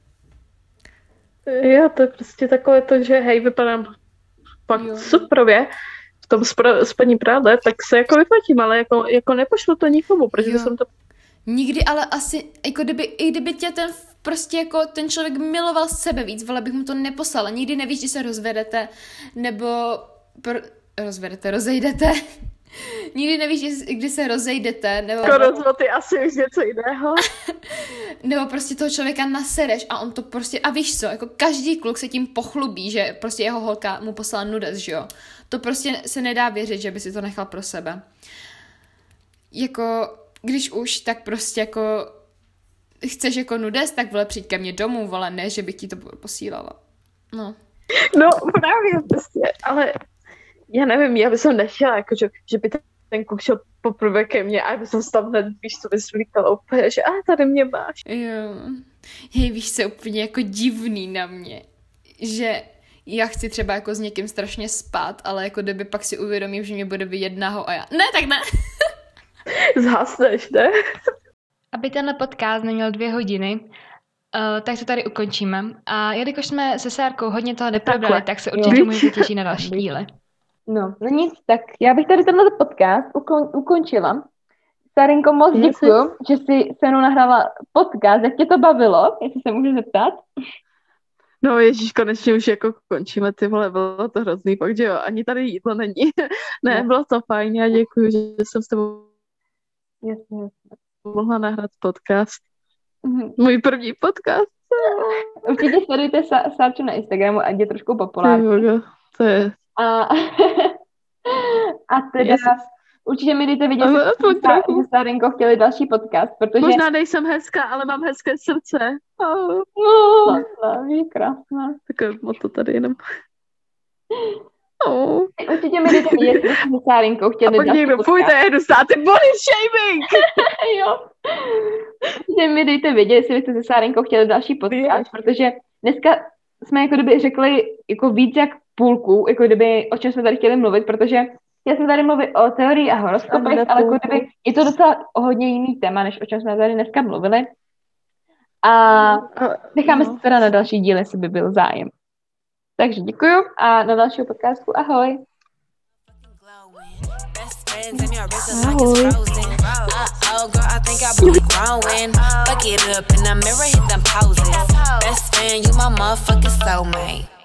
Jo, to je prostě takové to, že hej, vypadám fakt superově v tom spodním prádle, tak se jako vyfotím, ale jako nepošlu to nikomu, protože jsem to... Nikdy, ale asi, jako kdyby tě prostě jako ten člověk miloval sebe víc, vole, bych mu to neposlala. Nikdy nevíš, když se rozvedete, nebo... rozejdete. Nikdy nevíš, kdy se rozejdete, nebo... Jako rozvod je asi už něco jiného. Nebo prostě toho člověka nasereš a on to prostě... A víš co, jako každý kluk se tím pochlubí, že prostě jeho holka mu poslala nudes, že jo. To prostě se nedá věřit, že by si to nechal pro sebe. Jako, když už, tak prostě jako... Chceš jako nudes, tak vole přijď ke mně domů, vole, ne, že bych ti to posílala. No. No právě prostě, ale já nevím, já bych nechtěla, jako, že by ten kluk šel poprvé ke mně a já bych se tam hned, víš co, vysvlíkala úplně, že tady mě máš. Jo. Hej, víš co, úplně jako divný na mě, že já chci třeba jako s někým strašně spát, ale jako kdyby pak si uvědomím, že mě bude vyjednáho a já, ne, tak ne. Zhasneš, ne? Aby tenhle podcast neměl 2 hodiny, tak to tady ukončíme. A jelikož jsme se Sárkou hodně toho neprobrali, tak se určitě můžete těšit na další díly. No nic, tak já bych tady tenhle podcast ukončila. Sárinko, moc děkuju, že jsi se mnou nahrála podcast. Jak tě to bavilo? Jestli se můžu zeptat? No ježíš, konečně už jako končíme, ty vole, bylo to hrozný, fakt, že jo, ani tady jídlo není. Ne, bylo to fajn a děkuju, že jsem s tebou mohla nahrát podcast. Můj první podcast. Určitě sledujte Sárču na Instagramu, ať je trošku populární. To je... A teda určitě mi dejte vidět, že Sárinko chtěli další podcast, protože... Možná nejsem hezká, ale mám hezké srdce. Je krásná. Takové moto tady jenom. Určitě mi dejte vidět, že Sárinko chtěli další podcast. A pak někdo půjde, jedu stát body shaming! Jo. Určitě mi dejte vědět, jestli jste se Sárinkou chtěli další podcast, protože dneska jsme jako kdyby řekli jako víc jak půlku, jako kdyby o čem jsme tady chtěli mluvit, protože já jsem tady mluvit o teorii a horoskopech, ale jako kdyby je to docela hodně jiný téma, než o čem jsme tady dneska mluvili. A necháme se teda na další díl, jestli by byl zájem. Takže děkuju a na dalšího podcastu ahoj. Ahoj. Girl, I think I be growing. Fuck it up in the mirror, hit them poses. Best friend, you my motherfucking soulmate.